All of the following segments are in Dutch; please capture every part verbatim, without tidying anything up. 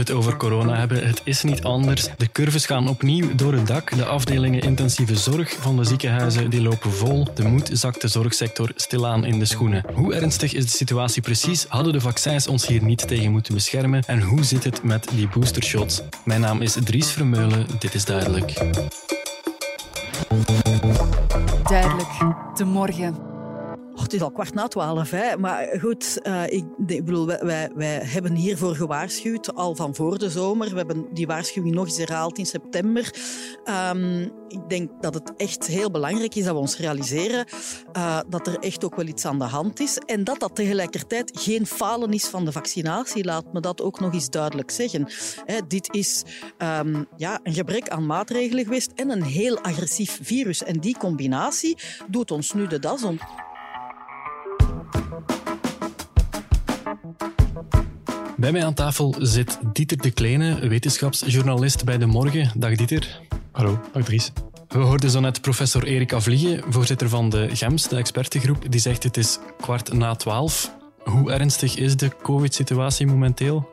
het over corona hebben. Het is niet anders. De curves gaan opnieuw door het dak. De afdelingen intensieve zorg van de ziekenhuizen die lopen vol. De moed zakt de zorgsector stilaan in de schoenen. Hoe ernstig is de situatie precies? Hadden de vaccins ons hier niet tegen moeten beschermen? En hoe zit het met die boostershots? Mijn naam is Dries Vermeulen. Dit is Duidelijk. Duidelijk, de morgen. Oh, het is al kwart na twaalf, hè. Maar goed, uh, ik, ik bedoel, wij, wij, wij hebben hiervoor gewaarschuwd al van voor de zomer. We hebben die waarschuwing nog eens herhaald in september. Um, ik denk dat het echt heel belangrijk is dat we ons realiseren uh, dat er echt ook wel iets aan de hand is en dat dat tegelijkertijd geen falen is van de vaccinatie. Laat me dat ook nog eens duidelijk zeggen. Hè, dit is um, ja, een gebrek aan maatregelen geweest en een heel agressief virus. En die combinatie doet ons nu de das om. Bij mij aan tafel zit Dieter de Kleene, wetenschapsjournalist bij De Morgen. Dag Dieter. Hallo, dag Dries. We hoorden zo net professor Erika Vliegen, voorzitter van de G E M S, de expertengroep, die zegt het is kwart na twaalf. Hoe ernstig is de covid-situatie momenteel?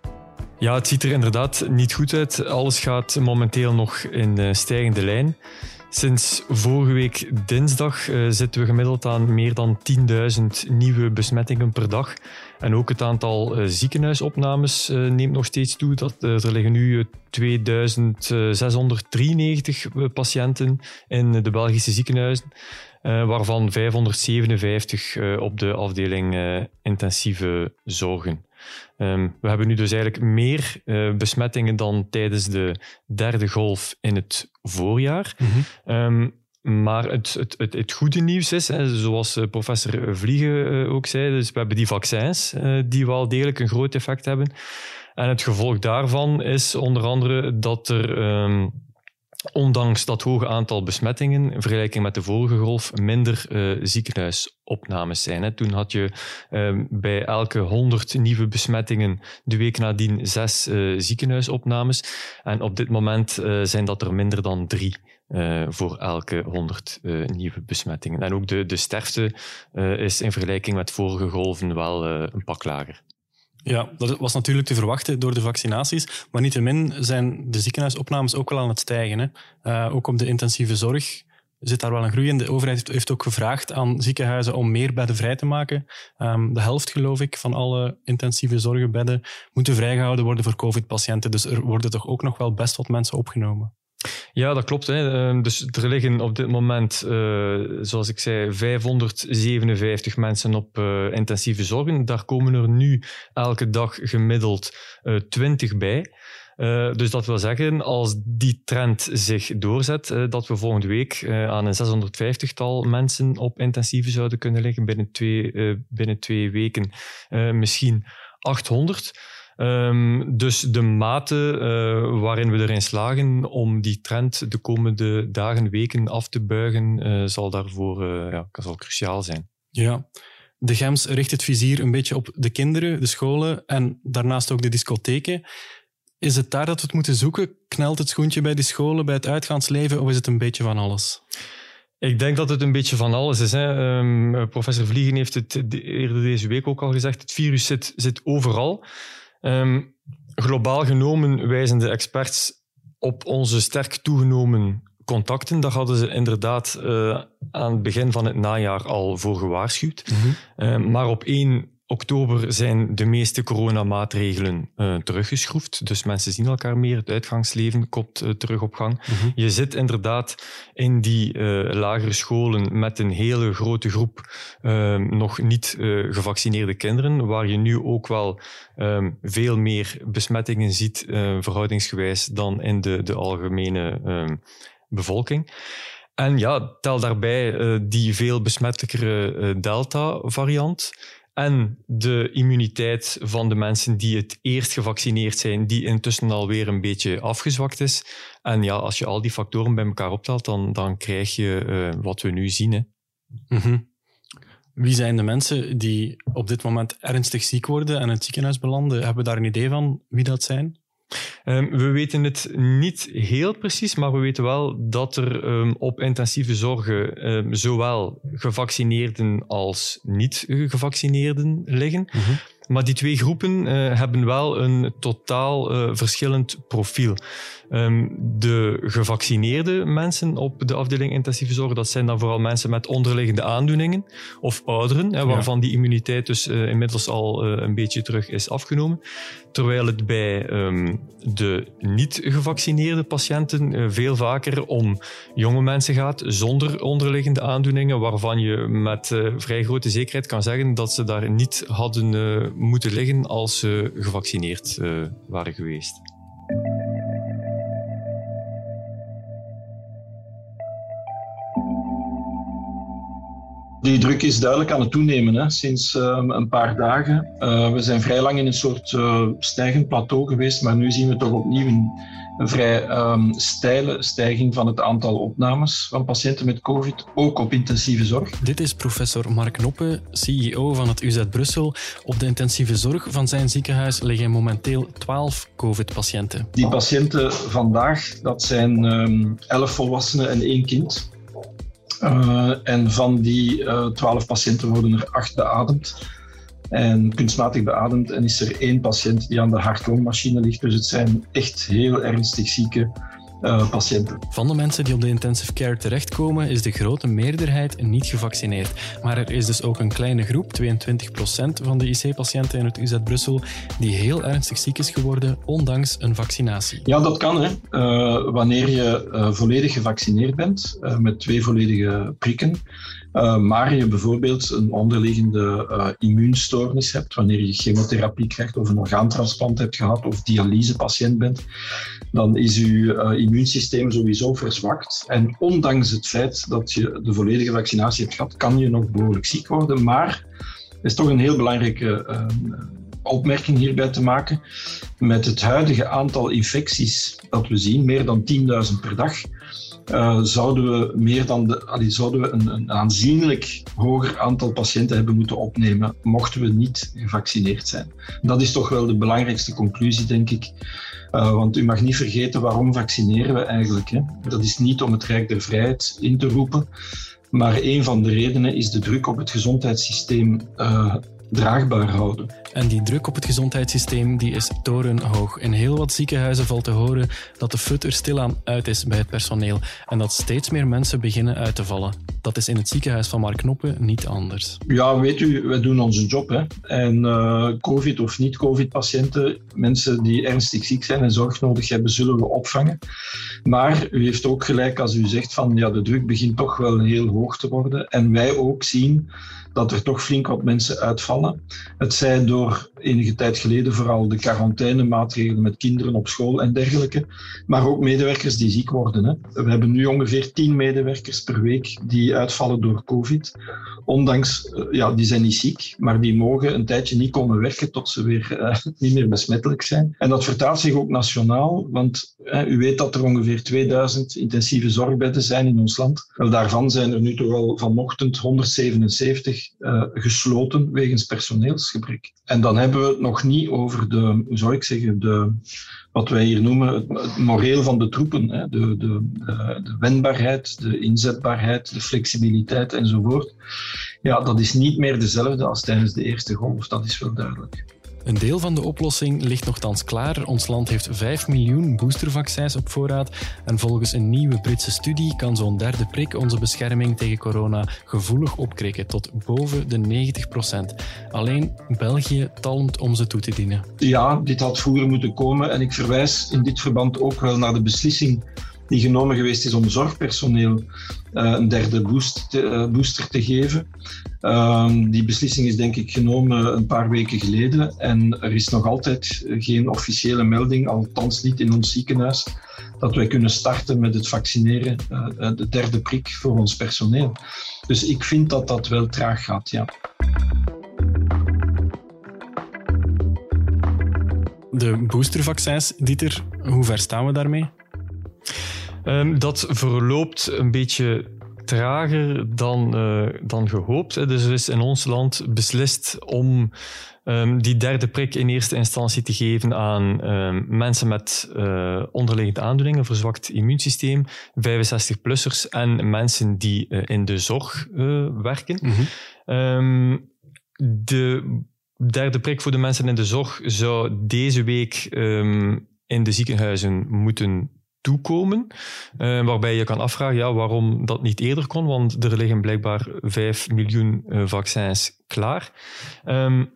Ja, het ziet er inderdaad niet goed uit. Alles gaat momenteel nog in uh, stijgende lijn. Sinds vorige week dinsdag uh, zitten we gemiddeld aan meer dan tienduizend nieuwe besmettingen per dag. En ook het aantal uh, ziekenhuisopnames uh, neemt nog steeds toe. Dat, uh, er liggen nu uh, tweeduizend zeshonderddrieënnegentig patiënten in de Belgische ziekenhuizen, uh, waarvan vijfhonderdzevenenvijftig uh, op de afdeling uh, intensieve zorgen. Um, we hebben nu dus eigenlijk meer uh, besmettingen dan tijdens de derde golf in het voorjaar. Mm-hmm. Um, maar het, het, het, het goede nieuws is, hè, zoals uh, professor Vliegen uh, ook zei, dus we hebben die vaccins uh, die wel degelijk een groot effect hebben. En het gevolg daarvan is onder andere dat er, um, ondanks dat hoge aantal besmettingen, in vergelijking met de vorige golf, minder uh, ziekenhuisopnames zijn. Hè. Toen had je uh, bij elke honderd nieuwe besmettingen de week nadien zes uh, ziekenhuisopnames. En op dit moment uh, zijn dat er minder dan drie. Uh, voor elke honderd uh, nieuwe besmettingen. En ook de, de sterfte uh, is in vergelijking met vorige golven wel uh, een pak lager. Ja, dat was natuurlijk te verwachten door de vaccinaties, maar niettemin zijn de ziekenhuisopnames ook wel aan het stijgen. Hè. Uh, ook op de intensieve zorg zit daar wel een groei in. De overheid heeft, heeft ook gevraagd aan ziekenhuizen om meer bedden vrij te maken. Um, de helft, geloof ik, van alle intensieve zorgbedden moeten vrijgehouden worden voor covid-patiënten. Dus er worden toch ook nog wel best wat mensen opgenomen. Ja, dat klopt. Hè. Dus er liggen op dit moment, uh, zoals ik zei, vijfhonderdzevenenvijftig mensen op uh, intensieve zorgen. Daar komen er nu elke dag gemiddeld uh, twintig bij. Uh, dus dat wil zeggen, als die trend zich doorzet, uh, dat we volgende week uh, aan een zeshonderdvijftigtal mensen op intensieve zouden kunnen liggen. Binnen twee, uh, binnen twee weken uh, misschien achthonderd. Um, dus de mate uh, waarin we erin slagen om die trend de komende dagen, weken af te buigen, uh, zal daarvoor uh, ja, zal cruciaal zijn. Ja, de G E M S richt het vizier een beetje op de kinderen, de scholen en daarnaast ook de discotheken. Is het daar dat we het moeten zoeken? Knelt het schoentje bij die scholen, bij het uitgaansleven, of is het een beetje van alles? Ik denk dat het een beetje van alles is. Hè. Um, professor Vliegen heeft het eerder deze week ook al gezegd. Het virus zit, zit overal. Um, globaal genomen wijzen de experts op onze sterk toegenomen contacten. Daar hadden ze inderdaad uh, aan het begin van het najaar al voor gewaarschuwd. Mm-hmm. Uh, maar op één oktober zijn de meeste coronamaatregelen uh, teruggeschroefd. Dus mensen zien elkaar meer. Het uitgangsleven komt uh, terug op gang. Mm-hmm. Je zit inderdaad in die uh, lagere scholen met een hele grote groep uh, nog niet uh, gevaccineerde kinderen, waar je nu ook wel um, veel meer besmettingen ziet, uh, verhoudingsgewijs, dan in de, de algemene um, bevolking. En ja, tel daarbij uh, die veel besmettelijkere uh, Delta-variant. En de immuniteit van de mensen die het eerst gevaccineerd zijn, die intussen alweer een beetje afgezwakt is. En ja, als je al die factoren bij elkaar optelt, dan, dan krijg je uh, wat we nu zien. Hè. Mm-hmm. Wie zijn de mensen die op dit moment ernstig ziek worden en in het ziekenhuis belanden? Hebben we daar een idee van wie dat zijn? Um, we weten het niet heel precies, maar we weten wel dat er um, op intensieve zorgen um, zowel gevaccineerden als niet-gevaccineerden liggen. Mm-hmm. Maar die twee groepen uh, hebben wel een totaal uh, verschillend profiel. Um, de gevaccineerde mensen op de afdeling intensieve zorg, dat zijn dan vooral mensen met onderliggende aandoeningen of ouderen, hè, waarvan ja. die immuniteit dus uh, inmiddels al uh, een beetje terug is afgenomen. Terwijl het bij um, de niet-gevaccineerde patiënten uh, veel vaker om jonge mensen gaat zonder onderliggende aandoeningen, waarvan je met uh, vrij grote zekerheid kan zeggen dat ze daar niet hadden uh, moeten liggen als ze gevaccineerd uh, waren geweest. Die druk is duidelijk aan het toenemen, hè, sinds uh, een paar dagen. Uh, we zijn vrij lang in een soort uh, stijgend plateau geweest, maar nu zien we toch opnieuw een, een vrij um, steile stijging van het aantal opnames van patiënten met COVID, ook op intensieve zorg. Dit is professor Mark Noppe, C E O van het U Z Brussel. Op de intensieve zorg van zijn ziekenhuis liggen momenteel twaalf COVID-patiënten. Die patiënten vandaag, dat zijn um, elf volwassenen en één kind. Uh, en van die uh, twaalf patiënten worden er acht beademd en kunstmatig beademd. En is er één patiënt die aan de hart-longmachine ligt. Dus het zijn echt heel ernstig zieke uh, patiënten. Van de mensen die op de intensive care terechtkomen, is de grote meerderheid niet gevaccineerd. Maar er is dus ook een kleine groep, tweeëntwintig procent van de I C-patiënten in het U Z Brussel, die heel ernstig ziek is geworden, ondanks een vaccinatie. Ja, dat kan. Hè. Uh, wanneer je uh, volledig gevaccineerd bent, uh, met twee volledige prikken, uh, maar je bijvoorbeeld een onderliggende uh, immuunstoornis hebt, wanneer je chemotherapie krijgt of een orgaantransplant hebt gehad of dialysepatiënt bent, dan is je uh, immuunsysteem sowieso verzwakt. En ondanks het feit dat je de volledige vaccinatie hebt gehad, kan je nog behoorlijk ziek worden. Maar er is toch een heel belangrijke uh, opmerking hierbij te maken. Met het huidige aantal infecties dat we zien, meer dan tienduizend per dag, uh, zouden we, meer dan de, allee, zouden we een, een aanzienlijk hoger aantal patiënten hebben moeten opnemen, mochten we niet gevaccineerd zijn. Dat is toch wel de belangrijkste conclusie, denk ik. Uh, want u mag niet vergeten, waarom vaccineren we eigenlijk? Hè? Dat is niet om het Rijk der Vrijheid in te roepen, maar een van de redenen is de druk op het gezondheidssysteem uh, draagbaar houden. En die druk op het gezondheidssysteem die is torenhoog. In heel wat ziekenhuizen valt te horen dat de fut er stilaan uit is bij het personeel en dat steeds meer mensen beginnen uit te vallen. Dat is in het ziekenhuis van Mark Noppe niet anders. Ja, weet u, wij doen onze job. Hè. En uh, COVID- of niet-COVID-patiënten, mensen die ernstig ziek zijn en zorg nodig hebben, zullen we opvangen. Maar u heeft ook gelijk als u zegt van ja, de druk begint toch wel heel hoog te worden. En wij ook zien dat er toch flink wat mensen uitvallen. Het zij door enige tijd geleden vooral de quarantainemaatregelen met kinderen op school en dergelijke, maar ook medewerkers die ziek worden. Hè. We hebben nu ongeveer tien medewerkers per week die uitvallen door COVID. Ondanks, ja, die zijn niet ziek, maar die mogen een tijdje niet komen werken tot ze weer uh, niet meer besmettelijk zijn. En dat vertaalt zich ook nationaal, want uh, u weet dat er ongeveer tweeduizend intensieve zorgbedden zijn in ons land. Wel, daarvan zijn er nu toch al vanochtend honderdzevenenzeventig uh, gesloten wegens personeelsgebrek. En dan hebben we het nog niet over de, hoe zou ik zeggen, de, wat wij hier noemen het, het moreel van de troepen. Hè? De, de, de, de wendbaarheid, de inzetbaarheid, de flexibiliteit enzovoort. Ja, dat is niet meer dezelfde als tijdens de eerste golf, dat is wel duidelijk. Een deel van de oplossing ligt nogthans klaar. Ons land heeft vijf miljoen boostervaccins op voorraad. En volgens een nieuwe Britse studie kan zo'n derde prik onze bescherming tegen corona gevoelig opkrikken tot boven de negentig procent. Alleen België talmt om ze toe te dienen. Ja, dit had vroeger moeten komen. En ik verwijs in dit verband ook wel naar de beslissing die genomen geweest is om zorgpersoneel uh, een derde boost te, uh, booster te geven. Uh, die beslissing is denk ik genomen een paar weken geleden en er is nog altijd geen officiële melding, althans niet in ons ziekenhuis, dat wij kunnen starten met het vaccineren, uh, de derde prik voor ons personeel. Dus ik vind dat dat wel traag gaat, ja. De boostervaccins, Dieter, hoe ver staan we daarmee? Um, dat verloopt een beetje trager dan, uh, dan gehoopt. Hè. Dus er is in ons land beslist om um, die derde prik in eerste instantie te geven aan um, mensen met uh, onderliggende aandoeningen, verzwakt immuunsysteem, vijfenzestig-plussers en mensen die uh, in de zorg uh, werken. Mm-hmm. Um, de derde prik voor de mensen in de zorg zou deze week um, in de ziekenhuizen moeten toekomen. Uh, waarbij je kan afvragen ja, waarom dat niet eerder kon, want er liggen blijkbaar vijf miljoen uh, vaccins klaar. Um,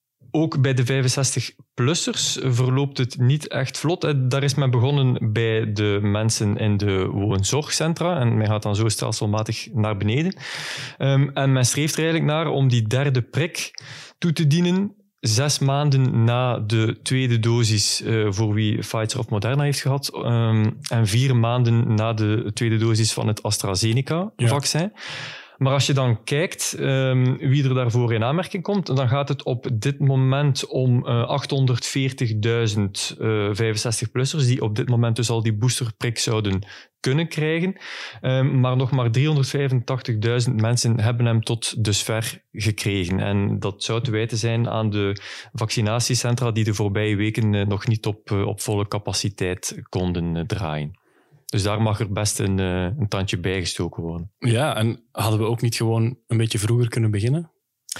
Ook bij de vijfenzestig-plussers verloopt het niet echt vlot. Daar is men begonnen bij de mensen in de woonzorgcentra en men gaat dan zo stelselmatig naar beneden. Um, en men streeft er eigenlijk naar om die derde prik toe te dienen zes maanden na de tweede dosis uh, voor wie Pfizer of Moderna heeft gehad um, en vier maanden na de tweede dosis van het AstraZeneca-vaccin. Ja. Maar als je dan kijkt um, wie er daarvoor in aanmerking komt, dan gaat het op dit moment om uh, achthonderdveertigduizend uh, vijfenzestig-plussers die op dit moment dus al die boosterprik zouden kunnen krijgen. Um, maar nog maar driehonderdvijfentachtigduizend mensen hebben hem tot dusver gekregen. En dat zou te wijten zijn aan de vaccinatiecentra die de voorbije weken uh, nog niet op, uh, op volle capaciteit konden uh, draaien. Dus daar mag er best een, uh, een tandje bijgestoken worden. Ja, en hadden we ook niet gewoon een beetje vroeger kunnen beginnen?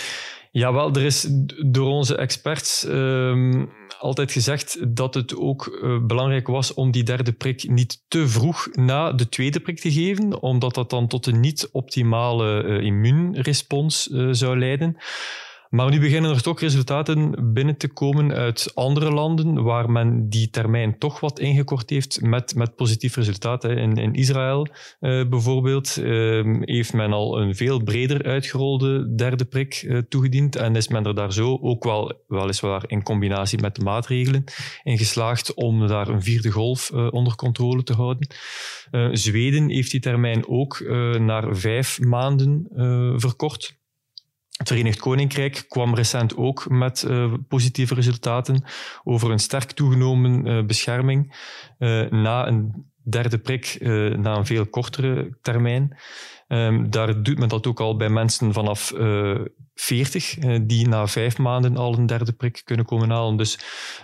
Jawel, er is door onze experts um, altijd gezegd dat het ook uh, belangrijk was om die derde prik niet te vroeg na de tweede prik te geven, omdat dat dan tot een niet-optimale uh, immuunrespons uh, zou leiden. Maar nu beginnen er toch resultaten binnen te komen uit andere landen waar men die termijn toch wat ingekort heeft met, met positief resultaat. In, in Israël uh, bijvoorbeeld uh, heeft men al een veel breder uitgerolde derde prik uh, toegediend en is men er daar zo ook wel weliswaar in combinatie met de maatregelen in geslaagd om daar een vierde golf uh, onder controle te houden. Uh, Zweden heeft die termijn ook uh, naar vijf maanden uh, verkort. Het Verenigd Koninkrijk kwam recent ook met uh, positieve resultaten over een sterk toegenomen uh, bescherming uh, na een derde prik, uh, na een veel kortere termijn. Um, daar doet men dat ook al bij mensen vanaf uh, veertig, uh, die na vijf maanden al een derde prik kunnen komen halen. Dus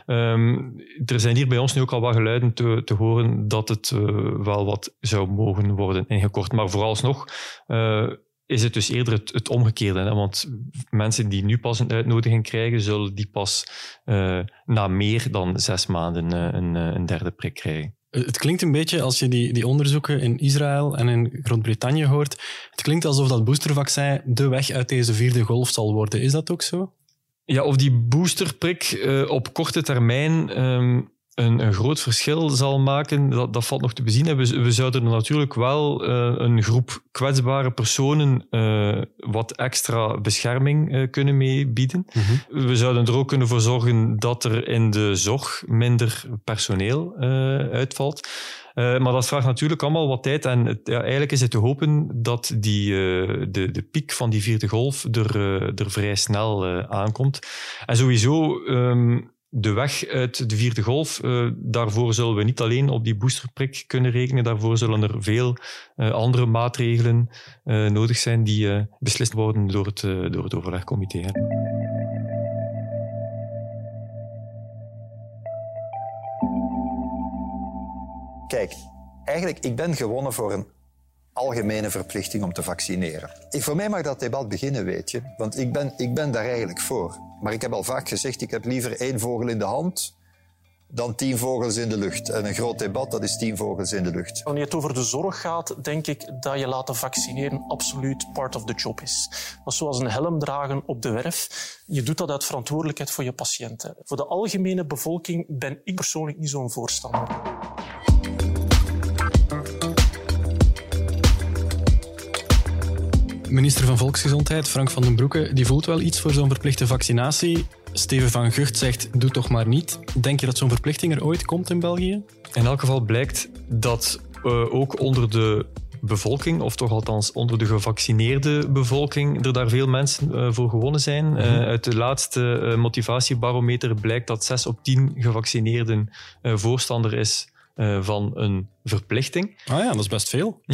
um, er zijn hier bij ons nu ook al wat geluiden te, te horen dat het uh, wel wat zou mogen worden ingekort. Maar vooralsnog Uh, is het dus eerder het, het omgekeerde. Hè? Want mensen die nu pas een uitnodiging krijgen, zullen die pas uh, na meer dan zes maanden uh, een, een derde prik krijgen. Het klinkt een beetje, als je die, die onderzoeken in Israël en in Groot-Brittannië hoort, het klinkt alsof dat boostervaccin de weg uit deze vierde golf zal worden. Is dat ook zo? Ja, of die boosterprik uh, op korte termijn Um, Een, een groot verschil zal maken, dat, dat valt nog te bezien. We, we zouden er natuurlijk wel uh, een groep kwetsbare personen uh, wat extra bescherming uh, kunnen mee bieden. Mm-hmm. We zouden er ook kunnen voor zorgen dat er in de zorg minder personeel uh, uitvalt. Uh, maar dat vraagt natuurlijk allemaal wat tijd. En het, ja, eigenlijk is het te hopen dat die, uh, de, de piek van die vierde golf er, uh, er vrij snel uh, aankomt. En sowieso Um, de weg uit de vierde golf, uh, daarvoor zullen we niet alleen op die boosterprik kunnen rekenen. Daarvoor zullen er veel uh, andere maatregelen uh, nodig zijn die uh, beslist worden door het, uh, door het overlegcomité. Hè. Kijk, eigenlijk, ik ben gewonnen voor een algemene verplichting om te vaccineren. Ik, voor mij mag dat debat beginnen, weet je. Want ik ben, ik ben daar eigenlijk voor. Maar ik heb al vaak gezegd, ik heb liever één vogel in de hand dan tien vogels in de lucht. En een groot debat, dat is tien vogels in de lucht. Wanneer het over de zorg gaat, denk ik dat je laten vaccineren absoluut part of the job is. Dat is zoals een helm dragen op de werf. Je doet dat uit verantwoordelijkheid voor je patiënten. Voor de algemene bevolking ben ik persoonlijk niet zo'n voorstander. Minister van Volksgezondheid, Frank van den Broeke, die voelt wel iets voor zo'n verplichte vaccinatie. Steven van Gucht zegt, doe toch maar niet. Denk je dat zo'n verplichting er ooit komt in België? In elk geval blijkt dat uh, ook onder de bevolking, of toch althans onder de gevaccineerde bevolking, er daar veel mensen uh, voor gewonnen zijn. Mm-hmm. Uh, uit de laatste uh, motivatiebarometer blijkt dat zes op tien gevaccineerden uh, voorstander is uh, van een verplichting. Ah ja, dat is best veel. Ja.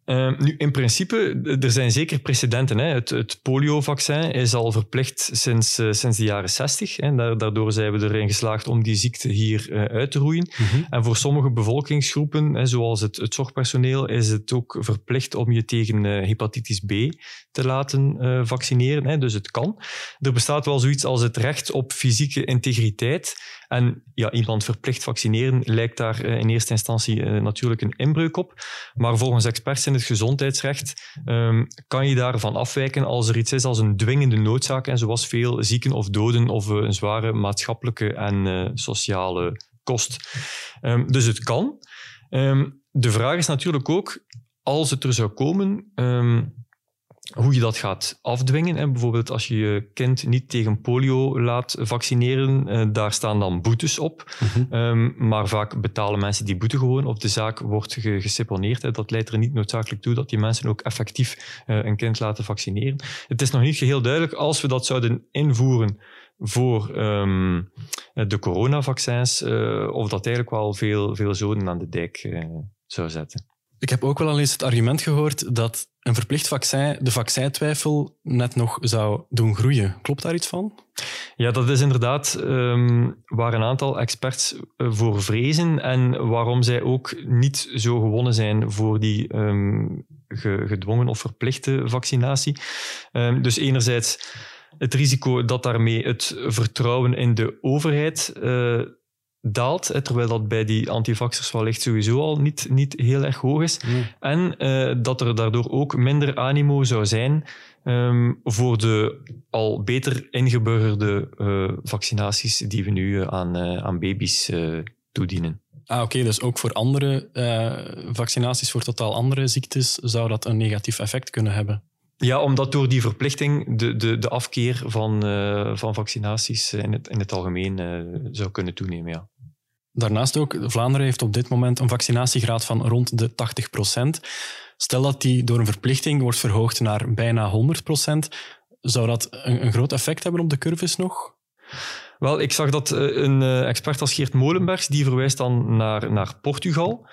Uh, nu, in principe, er zijn zeker precedenten. Hè. Het, het poliovaccin is al verplicht sinds, uh, sinds de jaren zestig. Hè. Daardoor zijn we erin geslaagd om die ziekte hier uh, uit te roeien. Mm-hmm. En voor sommige bevolkingsgroepen, hè, zoals het, het zorgpersoneel, is het ook verplicht om je tegen uh, hepatitis B te laten uh, vaccineren. Hè. Dus het kan. Er bestaat wel zoiets als het recht op fysieke integriteit. En ja, iemand verplicht vaccineren lijkt daar uh, in eerste instantie uh, natuurlijk een inbreuk op. Maar volgens experts in het gezondheidsrecht um, kan je daarvan afwijken als er iets is als een dwingende noodzaak, en zoals veel zieken of doden of uh, een zware maatschappelijke en uh, sociale kost. Um, dus het kan. Um, de vraag is natuurlijk ook, als het er zou komen, um, hoe je dat gaat afdwingen. Hè. Bijvoorbeeld als je je kind niet tegen polio laat vaccineren, uh, daar staan dan boetes op. Mm-hmm. Um, maar vaak betalen mensen die boete gewoon, of de zaak wordt ge- geseponeerd. Hè. Dat leidt er niet noodzakelijk toe dat die mensen ook effectief uh, een kind laten vaccineren. Het is nog niet geheel duidelijk, als we dat zouden invoeren voor um, de coronavaccins, uh, of dat eigenlijk wel veel, veel zoden aan de dijk uh, zou zetten. Ik heb ook wel al eens het argument gehoord dat een verplicht vaccin de vaccintwijfel net nog zou doen groeien. Klopt daar iets van? Ja, dat is inderdaad um, waar een aantal experts voor vrezen en waarom zij ook niet zo gewonnen zijn voor die um, gedwongen of verplichte vaccinatie. Um, dus enerzijds het risico dat daarmee het vertrouwen in de overheid uh, daalt, terwijl dat bij die antivaxers wellicht sowieso al niet, niet heel erg hoog is. Mm. En uh, dat er daardoor ook minder animo zou zijn um, voor de al beter ingeburgerde uh, vaccinaties die we nu uh, aan, uh, aan baby's uh, toedienen. Ah, oké, okay, dus ook voor andere uh, vaccinaties, voor totaal andere ziektes, zou dat een negatief effect kunnen hebben? Ja, omdat door die verplichting de, de, de afkeer van, uh, van vaccinaties in het, in het algemeen uh, zou kunnen toenemen, ja. Daarnaast ook, Vlaanderen heeft op dit moment een vaccinatiegraad van rond de tachtig procent. Stel dat die door een verplichting wordt verhoogd naar bijna honderd procent, zou dat een, een groot effect hebben op de curves nog? Wel, ik zag dat een expert als Geert Molenbergs, die verwijst dan naar, naar Portugal,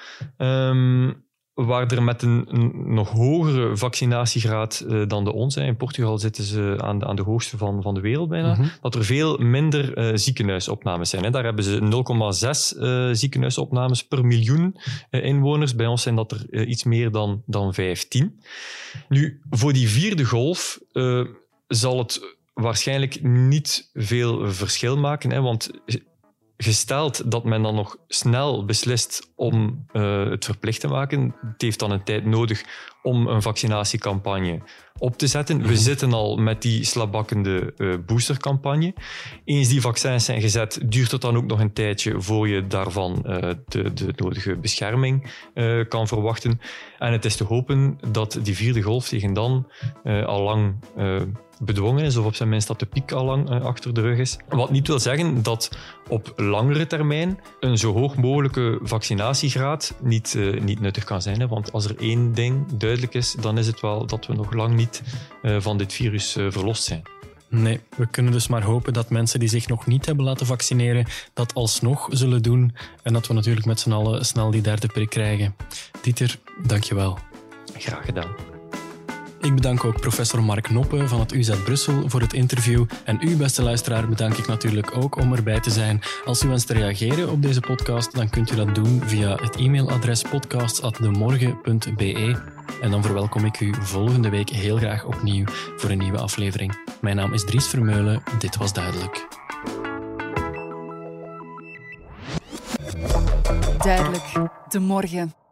um, waar er met een, een nog hogere vaccinatiegraad uh, dan de onze, in Portugal zitten ze aan de, aan de hoogste van, van de wereld bijna, mm-hmm. dat er veel minder uh, ziekenhuisopnames zijn. Hè. Daar hebben ze nul komma zes uh, ziekenhuisopnames per miljoen uh, inwoners. Bij ons zijn dat er uh, iets meer dan, dan vijftien. Nu, voor die vierde golf uh, zal het waarschijnlijk niet veel verschil maken, hè, want gesteld dat men dan nog snel beslist om uh, het verplicht te maken, het heeft dan een tijd nodig om een vaccinatiecampagne op te zetten. We zitten al met die slabakkende uh, boostercampagne. Eens die vaccins zijn gezet, duurt het dan ook nog een tijdje voor je daarvan uh, de, de nodige bescherming uh, kan verwachten. En het is te hopen dat die vierde golf tegen dan uh, al lang uh, bedwongen is, of op zijn minst dat de piek al lang uh, achter de rug is. Wat niet wil zeggen dat op langere termijn een zo hoog mogelijke vaccinatiegraad niet, uh, niet nuttig kan zijn. Hè? Want als er één ding duidelijk is, dan is het wel dat we nog lang niet uh, van dit virus uh, verlost zijn. Nee, we kunnen dus maar hopen dat mensen die zich nog niet hebben laten vaccineren dat alsnog zullen doen en dat we natuurlijk met z'n allen snel die derde prik krijgen. Dieter, dank je wel. Graag gedaan. Ik bedank ook professor Mark Noppe van het U Z Brussel voor het interview. En u, beste luisteraar, bedank ik natuurlijk ook om erbij te zijn. Als u wenst te reageren op deze podcast, dan kunt u dat doen via het e-mailadres podcasts at demorgen punt b e. En dan verwelkom ik u volgende week heel graag opnieuw voor een nieuwe aflevering. Mijn naam is Dries Vermeulen. Dit was Duidelijk. Duidelijk. De Morgen.